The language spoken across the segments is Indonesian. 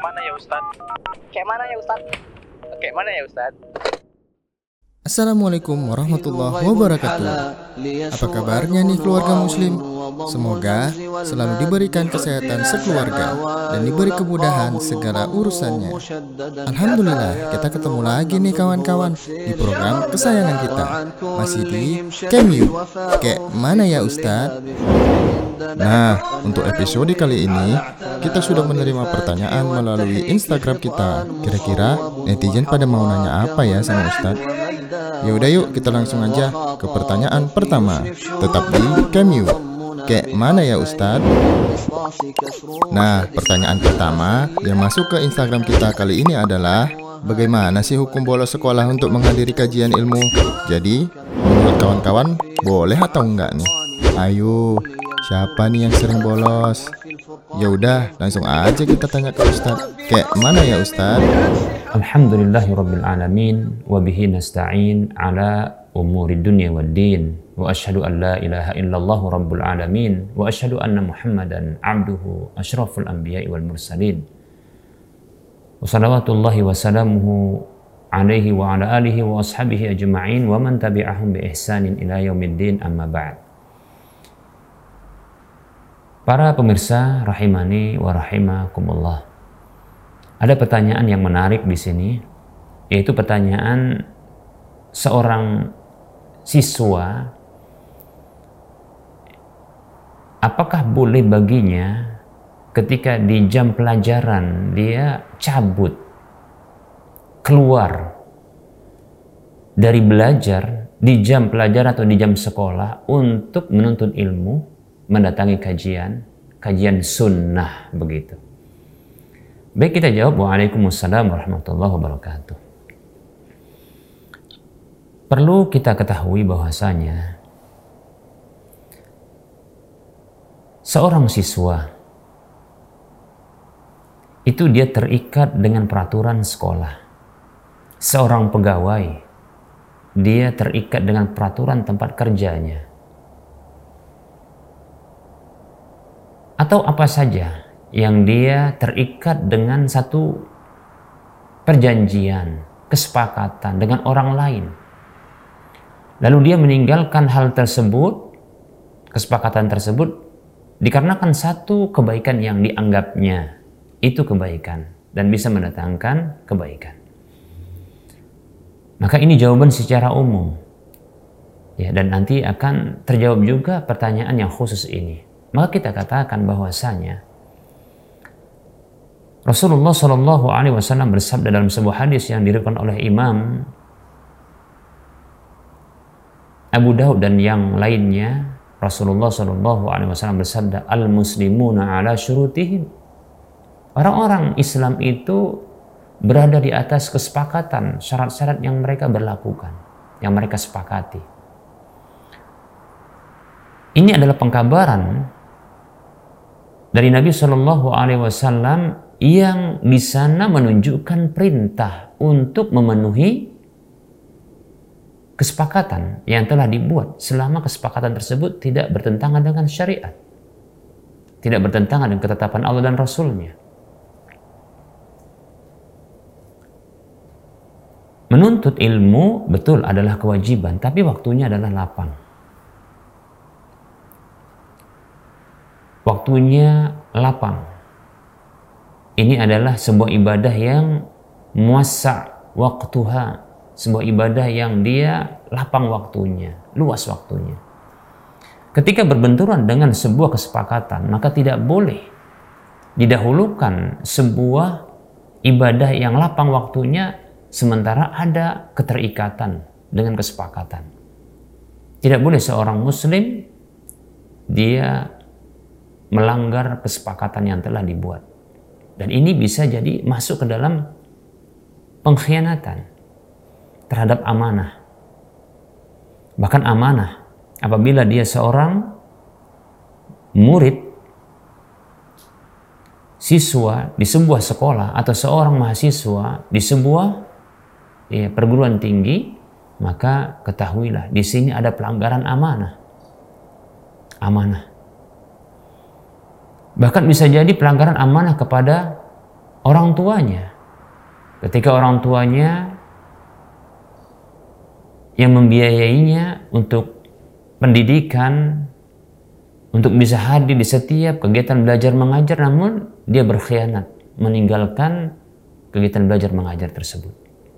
mana ya Ustadz? Kayak mana ya Ustadz? Kayak mana ya Ustadz? Assalamualaikum warahmatullahi wabarakatuh. Apa kabarnya nih keluarga muslim? Semoga selalu diberikan kesehatan sekeluarga dan diberi kemudahan segala urusannya. Alhamdulillah, kita ketemu lagi nih kawan-kawan di program kesayangan kita. Masih di Kemyu. Kayak mana ya Ustadz? Nah, untuk episode kali ini kita sudah menerima pertanyaan melalui Instagram kita. Kira-kira netizen pada mau nanya apa ya sama Ustadz? Yaudah yuk kita langsung aja ke pertanyaan pertama. Tetap di Kemyu. Kayak mana ya Ustadz? Nah, pertanyaan pertama yang masuk ke Instagram kita kali ini adalah, bagaimana sih hukum bolos sekolah untuk menghadiri kajian ilmu? Jadi, menurut kawan-kawan, boleh atau enggak nih? Ayo, siapa nih yang sering bolos? Ya udah, langsung aja kita tanya ke Ustadz. Kayak mana ya Ustadz? Alhamdulillahirabbil alamin wa bihi nasta'in ala umuri dunya waddin wa asyhadu an la ilaha illallah rabbul alamin wa asyhadu anna Muhammadan abduhu asyraful anbiya'i wal mursalin wa salawatullahi wa salamuhu alaihi wa ala alihi wa ashabihi ajma'in wa man tabi'ahum bi ihsanin ila yaumiddin amma ba'd. Para pemirsa rahimani wa rahimakumullah. Ada pertanyaan yang menarik di sini, yaitu pertanyaan seorang siswa, apakah boleh baginya ketika di jam pelajaran dia cabut, keluar dari belajar di jam pelajaran atau di jam sekolah untuk menuntut ilmu, mendatangi kajian sunnah begitu. Baik, kita jawab. Waalaikumsalam warahmatullahi wabarakatuh. Perlu kita ketahui bahwasanya seorang siswa itu dia terikat dengan peraturan sekolah. Seorang pegawai dia terikat dengan peraturan tempat kerjanya. Atau apa saja yang dia terikat dengan satu perjanjian, kesepakatan dengan orang lain. Lalu dia meninggalkan hal tersebut, kesepakatan tersebut, dikarenakan satu kebaikan yang dianggapnya itu kebaikan dan bisa mendatangkan kebaikan. Maka ini jawaban secara umum. Ya, dan nanti akan terjawab juga pertanyaan yang khusus ini. Maka kita katakan bahwasanya Rasulullah Shallallahu Alaihi Wasallam bersabda dalam sebuah hadis yang diriwayatkan oleh Imam Abu Daud dan yang lainnya. Rasulullah Shallallahu Alaihi Wasallam bersabda, al muslimuna ala syurutihim. Orang-orang Islam itu berada di atas kesepakatan, syarat-syarat yang mereka berlakukan, yang mereka sepakati. Ini adalah pengkabaran dari Nabi Shallallahu Alaihi Wasallam yang di sana menunjukkan perintah untuk memenuhi kesepakatan yang telah dibuat selama kesepakatan tersebut tidak bertentangan dengan syariat, tidak bertentangan dengan ketetapan Allah dan Rasul-Nya. Menuntut ilmu betul adalah kewajiban, tapi waktunya adalah lapang. Waktunya lapang. Ini adalah sebuah ibadah yang muassa' waktuha, sebuah ibadah yang dia lapang waktunya, luas waktunya. Ketika berbenturan dengan sebuah kesepakatan, maka tidak boleh didahulukan sebuah ibadah yang lapang waktunya sementara ada keterikatan dengan kesepakatan. Tidak boleh seorang muslim dia melanggar kesepakatan yang telah dibuat. Dan ini bisa jadi masuk ke dalam pengkhianatan terhadap amanah. Bahkan amanah apabila dia seorang murid, siswa di sebuah sekolah atau seorang mahasiswa di sebuah perguruan tinggi, maka ketahuilah di sini ada pelanggaran amanah. Amanah. Bahkan bisa jadi pelanggaran amanah kepada orang tuanya. Ketika orang tuanya yang membiayainya untuk pendidikan, untuk bisa hadir di setiap kegiatan belajar mengajar, namun dia berkhianat, meninggalkan kegiatan belajar mengajar tersebut.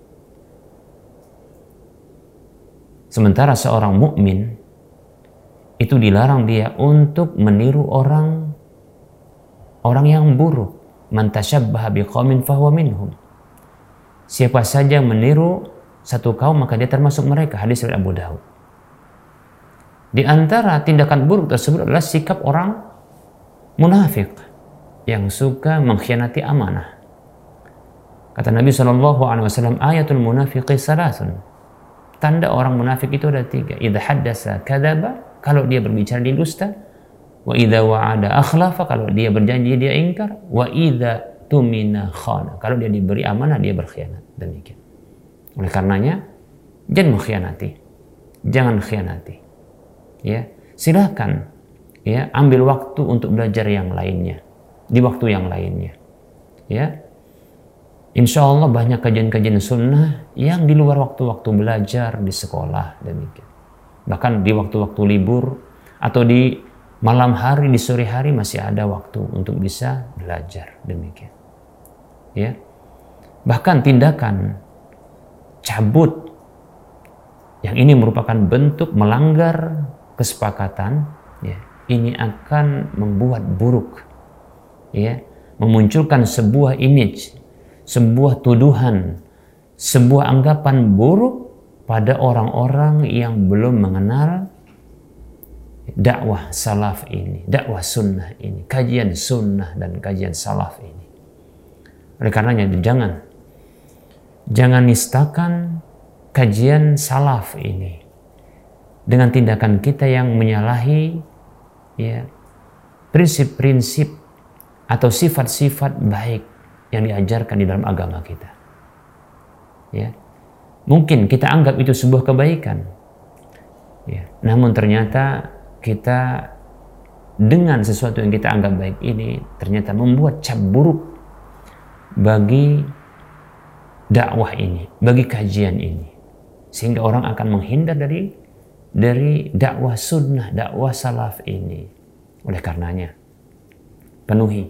Sementara seorang mukmin itu dilarang dia untuk meniru orang yang buruk. Man tasyabbaha biqaumin fahuwa minhum. Siapa saja meniru satu kaum maka dia termasuk mereka. Hadis riwayat Abu Daud. Di antara tindakan buruk tersebut adalah sikap orang munafik yang suka mengkhianati amanah. Kata Nabi SAW, ayatul munafiqi salasun. Tanda orang munafik itu ada 3. Idza haddasa kadzaba, kalau dia berbicara dia dusta. Wa idza wa'ada akhlafa, kalau dia berjanji dia ingkar. Wa idza tumina khana, kalau dia diberi amanah dia berkhianat. Demikian. Oleh karenanya jangan mengkhianati, jangan khianati. Ya, silakan ya ambil waktu untuk belajar yang lainnya di waktu yang lainnya. Ya, insya Allah banyak kajian-kajian sunnah yang di luar waktu-waktu belajar di sekolah. Demikian. Bahkan di waktu-waktu libur atau di malam hari, di sore hari masih ada waktu untuk bisa belajar. Demikian. Ya, bahkan tindakan cabut yang ini merupakan bentuk melanggar kesepakatan, ya, ini akan membuat buruk, ya, memunculkan sebuah image, sebuah tuduhan, sebuah anggapan buruk pada orang-orang yang belum mengenal dakwah salaf ini, dakwah sunnah ini, kajian sunnah dan kajian salaf ini. Oleh karenanya jangan nistakan kajian salaf ini dengan tindakan kita yang menyalahi ya prinsip-prinsip atau sifat-sifat baik yang diajarkan di dalam agama kita. Ya. Mungkin kita anggap itu sebuah kebaikan. Ya. Namun ternyata kita dengan sesuatu yang kita anggap baik ini ternyata membuat cap buruk bagi dakwah ini, bagi kajian ini, sehingga orang akan menghindar dari dakwah sunnah, dakwah salaf ini. Oleh karenanya penuhi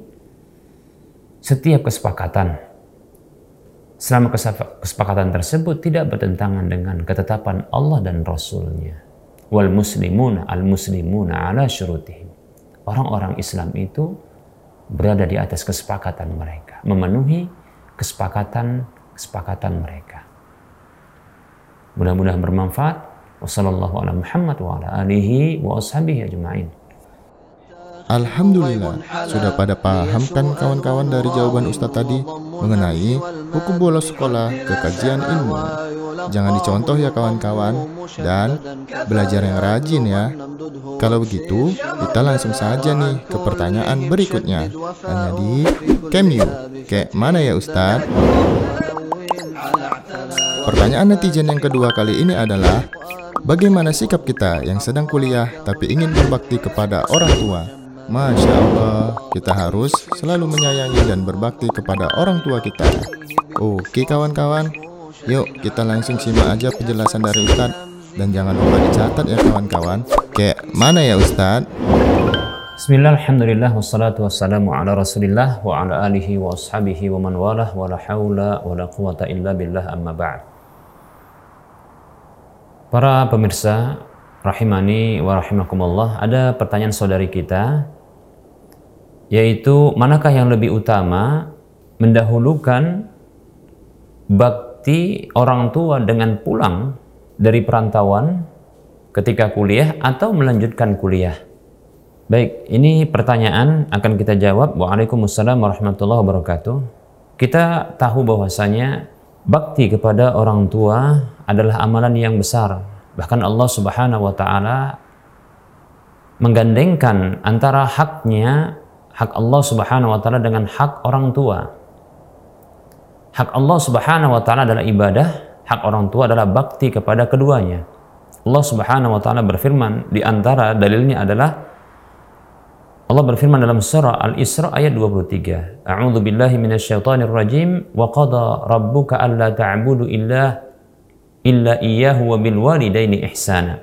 setiap kesepakatan selama kesepakatan tersebut tidak bertentangan dengan ketetapan Allah dan Rasul-Nya. Wal muslimuna al muslimuna ala syurutihim. Orang-orang Islam itu berada di atas kesepakatan mereka, memenuhi kesepakatan mereka. Mudah-mudahan bermanfaat. Wassallallahu ala Muhammad wa ala alihi wa ashabihi ajma'in. Alhamdulillah, sudah pada paham kan kawan-kawan dari jawaban Ustadz tadi mengenai hukum bolos sekolah ke kajian ilmu. Jangan dicontoh ya kawan-kawan, dan belajar yang rajin ya. Kalau begitu, kita langsung saja nih ke pertanyaan berikutnya. Hanya di Kemyu. Kayak mana ya Ustadz? Pertanyaan netizen yang kedua kali ini adalah, bagaimana sikap kita yang sedang kuliah tapi ingin berbakti kepada orang tua? Masya Allah, kita harus selalu menyayangi dan berbakti kepada orang tua kita. Oke kawan-kawan, yuk kita langsung simak aja penjelasan dari Ustadz. Dan jangan lupa dicatat ya kawan-kawan. Kayak mana ya Ustadz? Bismillah, alhamdulillah, wassalatu wassalamu ala rasulillah wa ala alihi wa ashabihi wa man walah wa la hawla wa la quwata illa billah amma ba'd. Para pemirsa rahimani wa rahimakumullah, ada pertanyaan saudari kita, yaitu manakah yang lebih utama, mendahulukan bakti orang tua dengan pulang dari perantauan ketika kuliah atau melanjutkan kuliah? Baik, ini pertanyaan akan kita jawab. Waalaikumsalam warahmatullahi wabarakatuh. Kita tahu bahwasanya bakti kepada orang tua adalah amalan yang besar. Bahkan Allah Subhanahu wa taala menggandengkan antara hak Allah Subhanahu wa taala dengan hak orang tua. Hak Allah Subhanahu wa taala adalah ibadah, hak orang tua adalah bakti kepada keduanya. Allah Subhanahu wa taala berfirman, di antara dalilnya adalah Allah berfirman dalam surah Al-Isra ayat 23. A'udzu billahi minasyaitonir rajim. Wa qada rabbuka alla ta'budu illa iyyahu wa bil walidaini ihsana.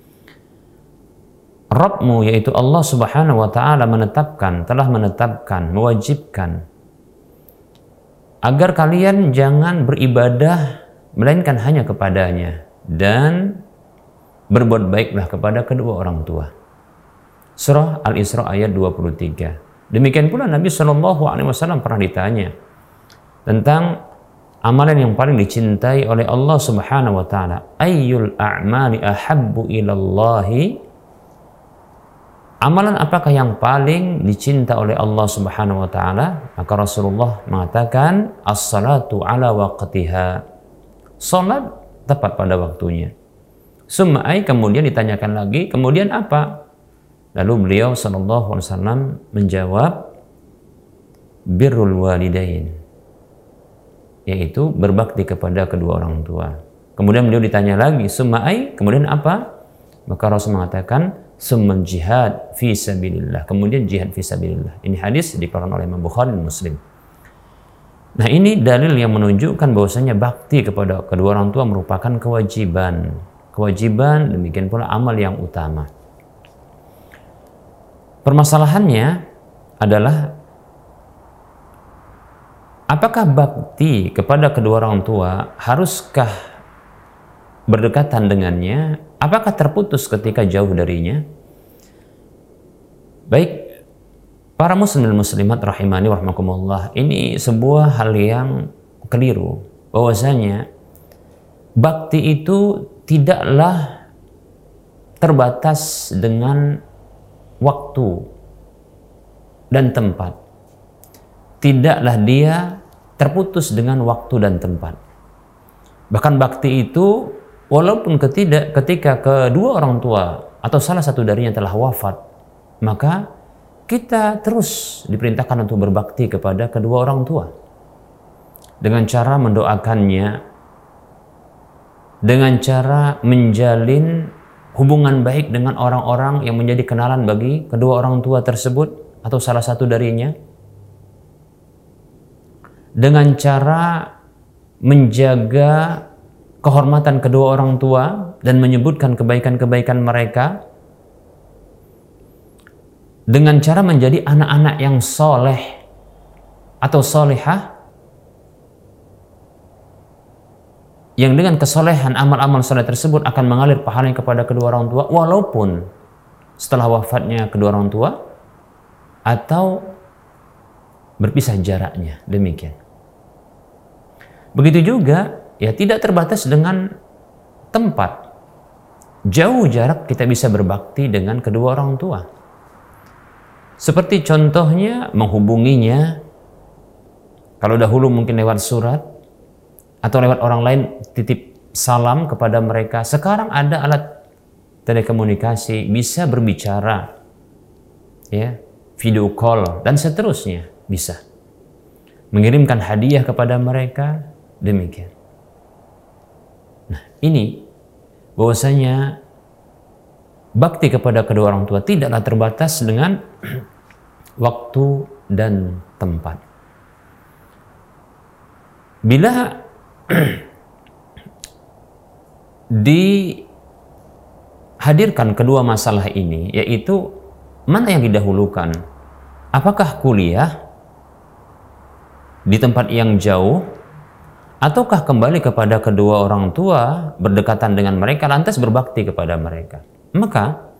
Rabbmu yaitu Allah Subhanahu wa taala telah menetapkan, mewajibkan agar kalian jangan beribadah melainkan hanya kepadanya dan berbuat baiklah kepada kedua orang tua. Surah Al-Isra ayat 23. Demikian pula Nabi SAW pernah ditanya tentang amalan yang paling dicintai oleh Allah Subhanahu wa taala. Ayyul a'mali ahabbu ilallahi? Amalan apakah yang paling dicinta oleh Allah Subhanahu wa taala? Maka Rasulullah mengatakan as-salatu ala waqtiha. Salat tepat pada waktunya. Summa kemudian ditanyakan lagi, kemudian apa? Lalu beliau sallallahu alaihi wasallam menjawab birrul walidain, yaitu berbakti kepada kedua orang tua. Kemudian beliau ditanya lagi, summa kemudian apa? Maka Rasul mengatakan summal jihad fi sabilillah. Kemudian jihad fi sabilillah. Ini hadis dikeluarkan oleh Imam Bukhari dan Muslim. Nah, ini dalil yang menunjukkan bahwasanya bakti kepada kedua orang tua merupakan kewajiban. Kewajiban, demikian pula amal yang utama. Permasalahannya adalah apakah bakti kepada kedua orang tua haruskah berdekatan dengannya? Apakah terputus ketika jauh darinya? Baik, para muslim dan muslimat rahimani warahmatullah, ini sebuah hal yang keliru, bahwasanya bakti itu tidaklah terbatas dengan waktu dan tempat. Tidaklah dia terputus dengan waktu dan tempat. Bahkan bakti itu walaupun ketika kedua orang tua atau salah satu darinya telah wafat, maka kita terus diperintahkan untuk berbakti kepada kedua orang tua dengan cara mendoakannya, dengan cara menjalin hubungan baik dengan orang-orang yang menjadi kenalan bagi kedua orang tua tersebut atau salah satu darinya, dengan cara menjaga kehormatan kedua orang tua dan menyebutkan kebaikan-kebaikan mereka, dengan cara menjadi anak-anak yang soleh atau solehah, yang dengan kesolehan amal-amal soleh tersebut akan mengalir pahalanya kepada kedua orang tua walaupun setelah wafatnya kedua orang tua atau berpisah jaraknya. Demikian. Begitu juga, ya, tidak terbatas dengan tempat. Jauh jarak kita bisa berbakti dengan kedua orang tua. Seperti contohnya menghubunginya, kalau dahulu mungkin lewat surat atau lewat orang lain titip salam kepada mereka. Sekarang ada alat telekomunikasi, bisa berbicara, ya, video call dan seterusnya bisa. Mengirimkan hadiah kepada mereka, demikian. Nah, ini bahwasanya bakti kepada kedua orang tua tidaklah terbatas dengan waktu dan tempat. Bila dihadirkan kedua masalah ini, yaitu mana yang didahulukan? Apakah kuliah di tempat yang jauh, ataukah kembali kepada kedua orang tua, berdekatan dengan mereka, lantas berbakti kepada mereka? Maka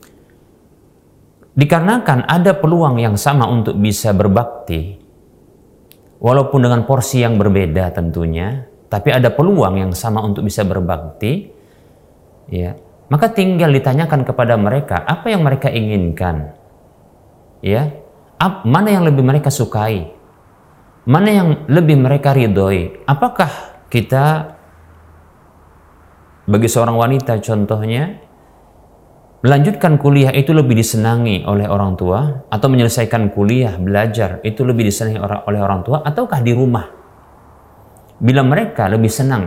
dikarenakan ada peluang yang sama untuk bisa berbakti, walaupun dengan porsi yang berbeda tentunya, tapi ada peluang yang sama untuk bisa berbakti, ya, maka tinggal ditanyakan kepada mereka apa yang mereka inginkan, ya, mana yang lebih mereka sukai, mana yang lebih mereka ridhoi. Apakah kita bagi seorang wanita contohnya melanjutkan kuliah itu lebih disenangi oleh orang tua, atau menyelesaikan kuliah, belajar itu lebih disenangi oleh orang tua, ataukah di rumah? Bila mereka lebih senang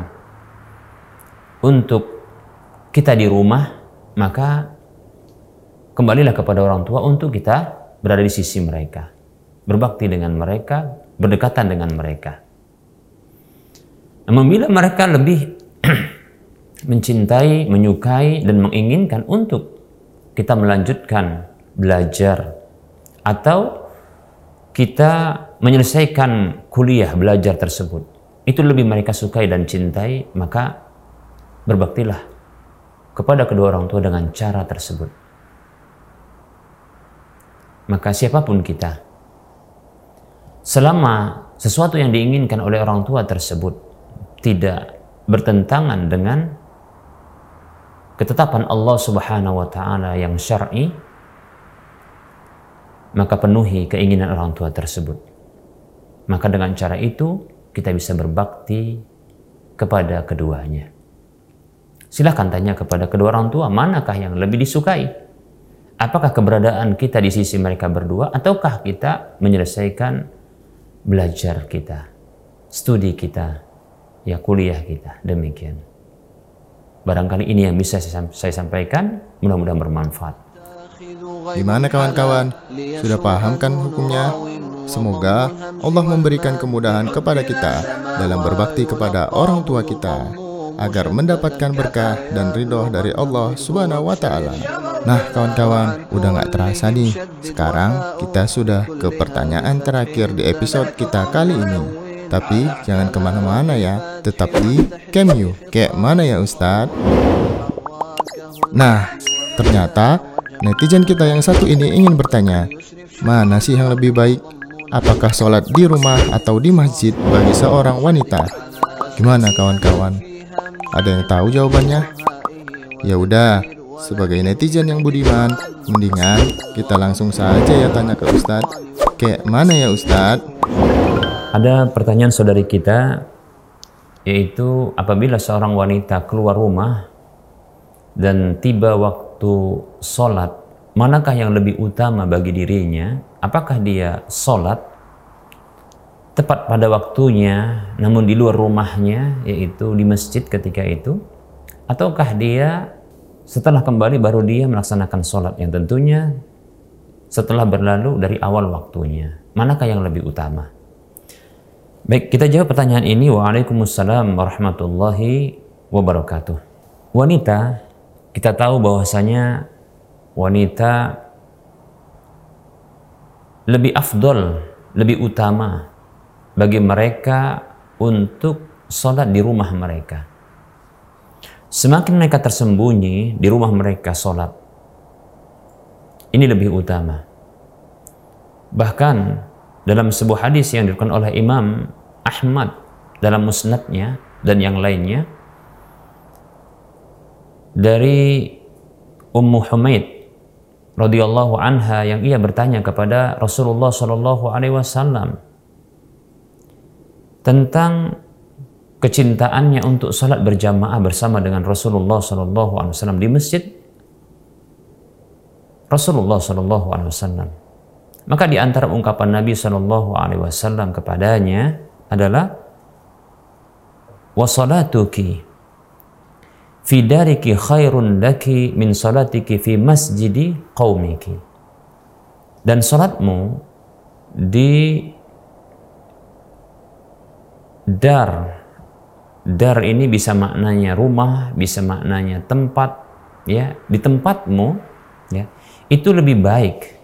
untuk kita di rumah, maka kembalilah kepada orang tua untuk kita berada di sisi mereka, berbakti dengan mereka, berdekatan dengan mereka. Namun bila mereka lebih mencintai, menyukai, dan menginginkan untuk kita melanjutkan belajar atau kita menyelesaikan kuliah belajar tersebut, itu lebih mereka sukai dan cintai, maka berbaktilah kepada kedua orang tua dengan cara tersebut. Maka siapapun kita, selama sesuatu yang diinginkan oleh orang tua tersebut tidak bertentangan dengan ketetapan Allah Subhanahu wa taala yang syar'i, maka penuhi keinginan orang tua tersebut. Maka dengan cara itu kita bisa berbakti kepada keduanya. Silahkan tanya kepada kedua orang tua, manakah yang lebih disukai? Apakah keberadaan kita di sisi mereka berdua, ataukah kita menyelesaikan belajar kita, studi kita, ya kuliah kita, demikian. Barangkali ini yang bisa saya sampaikan, mudah-mudahan bermanfaat. Gimana kawan-kawan? Sudah paham kan hukumnya? Semoga Allah memberikan kemudahan kepada kita dalam berbakti kepada orang tua kita, agar mendapatkan berkah dan ridho dari Allah Subhanahu wa ta'ala. Nah kawan-kawan, udah gak terasa nih, sekarang kita sudah ke pertanyaan terakhir di episode kita kali ini. Tapi jangan kemana-mana ya, tetap di Camp You. Kayak mana ya Ustadz? Nah, ternyata netizen kita yang satu ini ingin bertanya, mana sih yang lebih baik? Apakah sholat di rumah atau di masjid bagi seorang wanita? Gimana kawan-kawan? Ada yang tahu jawabannya? Ya udah, sebagai netizen yang budiman, mendingan kita langsung saja ya tanya ke Ustadz. Kayak mana ya Ustadz? Ada pertanyaan saudari kita, yaitu apabila seorang wanita keluar rumah dan tiba waktu sholat, manakah yang lebih utama bagi dirinya? Apakah dia sholat tepat pada waktunya namun di luar rumahnya, yaitu di masjid ketika itu, ataukah dia setelah kembali baru dia melaksanakan sholat yang tentunya setelah berlalu dari awal waktunya? Manakah yang lebih utama? Baik, kita jawab pertanyaan ini. Waalaikumsalam warahmatullahi wabarakatuh. Wanita, kita tahu bahwasanya wanita lebih afdol, lebih utama bagi mereka untuk sholat di rumah mereka. Semakin mereka tersembunyi di rumah mereka sholat, ini lebih utama. Bahkan dalam sebuah hadis yang diriwayatkan oleh Imam Ahmad dalam musnadnya dan yang lainnya, dari Ummu Humaid radhiyallahu anha, yang ia bertanya kepada Rasulullah sallallahu alaihi wasallam tentang kecintaannya untuk salat berjamaah bersama dengan Rasulullah sallallahu alaihi wasallam di masjid Rasulullah sallallahu alaihi wasallam. Maka di antara ungkapan Nabi sallallahu alaihi wasallam kepadanya adalah, wa salatuki fi dariki khairun laki min salatiki fi masjidi qaumiki. Dan salatmu di dar ini bisa maknanya rumah, bisa maknanya tempat, ya, di tempatmu, ya, itu lebih baik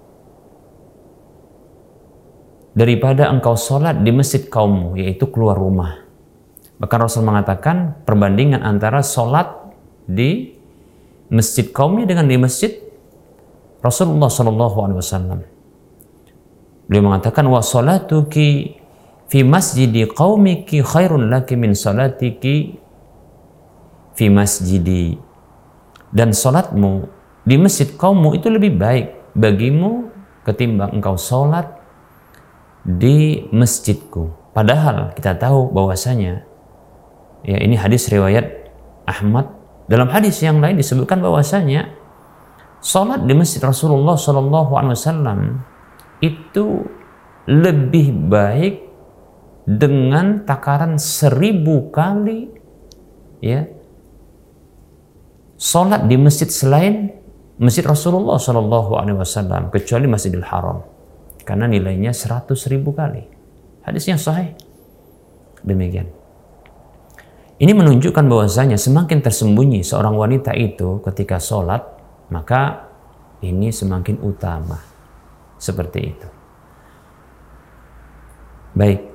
daripada engkau sholat di masjid kaummu, yaitu keluar rumah. Bahkan Rasul mengatakan perbandingan antara sholat di masjid kaumnya dengan di masjid Rasulullah SAW. Beliau mengatakan, wa sholatuki fi masjidi qaumiki khairun laki min sholatiki fi masjidi. Dan sholatmu di masjid kaummu itu lebih baik bagimu ketimbang engkau sholat di masjidku. Padahal kita tahu bahwasanya, ya, ini hadis riwayat Ahmad. Dalam hadis yang lain disebutkan bahwasanya sholat di masjid Rasulullah SAW itu lebih baik dengan takaran 1000 kali, ya, sholat di masjid selain Masjid Rasulullah SAW kecuali Masjidil Haram, karena nilainya 100.000 kali. Hadisnya sahih. Demikian. Ini menunjukkan bahwasanya semakin tersembunyi seorang wanita itu ketika sholat, maka ini semakin utama. Seperti itu. Baik.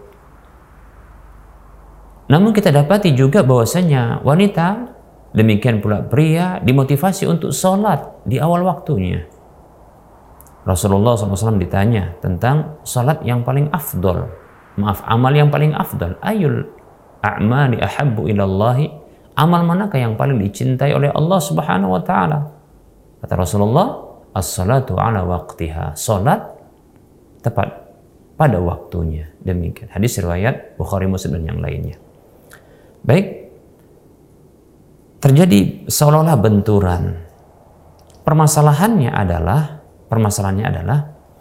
Namun kita dapati juga bahwasanya wanita, demikian pula pria, dimotivasi untuk sholat di awal waktunya. Rasulullah SAW ditanya tentang sholat yang paling afdol. Amal yang paling afdal. Ayul a'mali ahabbu ilallahi, amal manakah yang paling dicintai oleh Allah Subhanahu wa taala? Kata Rasulullah, as-salatu ala waqtiha, salat tepat pada waktunya. Demikian hadis riwayat Bukhari, Muslim dan yang lainnya. Baik, terjadi seolah-olah benturan. Permasalahannya adalah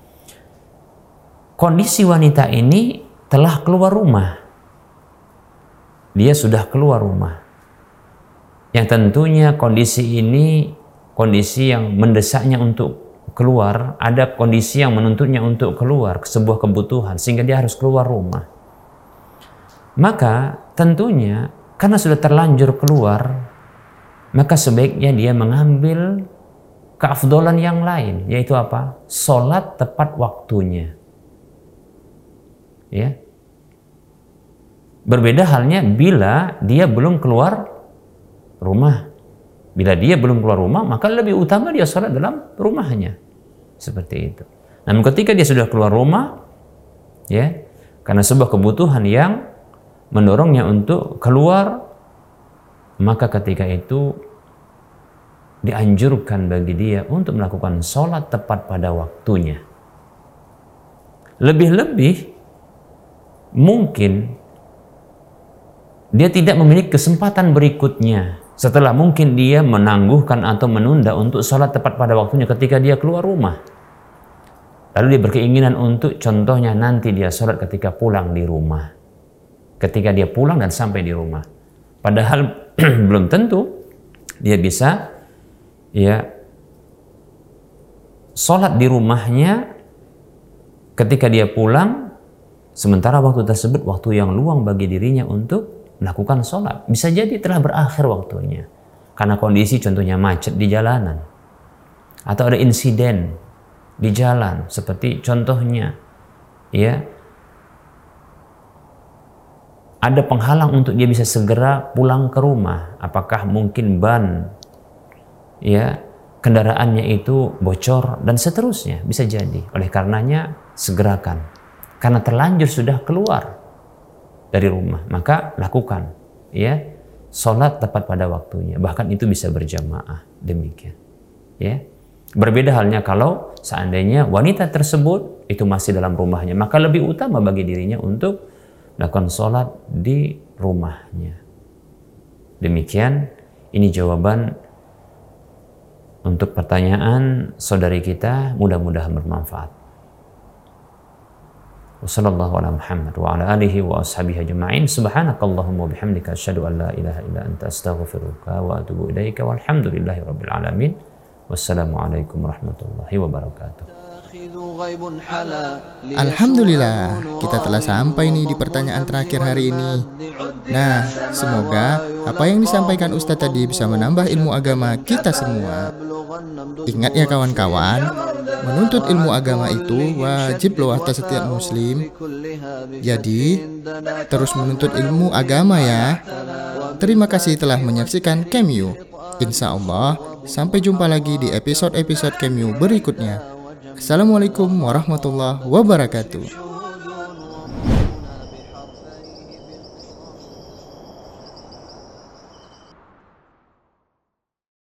kondisi wanita ini telah keluar rumah. Dia sudah keluar rumah. Yang tentunya kondisi ini kondisi yang mendesaknya untuk keluar, ada kondisi yang menuntutnya untuk keluar, sebuah kebutuhan, sehingga dia harus keluar rumah. Maka tentunya karena sudah terlanjur keluar, maka sebaiknya dia mengambil keafdolan yang lain, yaitu apa? Sholat tepat waktunya. Ya. Berbeda halnya bila dia belum keluar rumah. Bila dia belum keluar rumah, maka lebih utama dia sholat dalam rumahnya. Seperti itu. Namun ketika dia sudah keluar rumah, ya, karena sebuah kebutuhan yang mendorongnya untuk keluar, maka ketika itu dianjurkan bagi dia untuk melakukan sholat tepat pada waktunya. Lebih-lebih mungkin dia tidak memiliki kesempatan berikutnya setelah mungkin dia menangguhkan atau menunda untuk sholat tepat pada waktunya ketika dia keluar rumah. Lalu dia berkeinginan untuk contohnya nanti dia sholat ketika pulang di rumah. Ketika dia pulang dan sampai di rumah. Padahal belum tentu dia bisa ya sholat di rumahnya ketika dia pulang, sementara waktu tersebut waktu yang luang bagi dirinya untuk melakukan sholat. Bisa jadi telah berakhir waktunya karena kondisi contohnya macet di jalanan atau ada insiden di jalan, seperti contohnya ya ada penghalang untuk dia bisa segera pulang ke rumah. Apakah mungkin ban ya kendaraannya itu bocor dan seterusnya, bisa jadi. Oleh karenanya segerakan, karena terlanjur sudah keluar dari rumah, maka lakukan ya sholat tepat pada waktunya, bahkan itu bisa berjamaah. Demikian ya. Berbeda halnya kalau seandainya wanita tersebut itu masih dalam rumahnya, maka lebih utama bagi dirinya untuk melakukan sholat di rumahnya. Demikian, ini jawaban untuk pertanyaan saudari kita, mudah-mudahan bermanfaat. Wassallallahu ala Muhammad wa ala alihi wa ashabihi ajma'in. Subhanakallahumma wa bihamdika asyhadu an la ilaha illa anta astaghfiruka wa atubu ilaika walhamdulillahi rabbil alamin. Wassalamualaikum warahmatullahi wabarakatuh. Alhamdulillah, kita telah sampai nih di pertanyaan terakhir hari ini. Nah, semoga apa yang disampaikan Ustadz tadi bisa menambah ilmu agama kita semua. Ingat ya kawan-kawan, menuntut ilmu agama itu wajib loh atas setiap muslim. Jadi, terus menuntut ilmu agama ya. Terima kasih telah menyaksikan Cameo. Insya Allah, sampai jumpa lagi di episode-episode Cameo berikutnya. Assalamualaikum warahmatullahi wabarakatuh.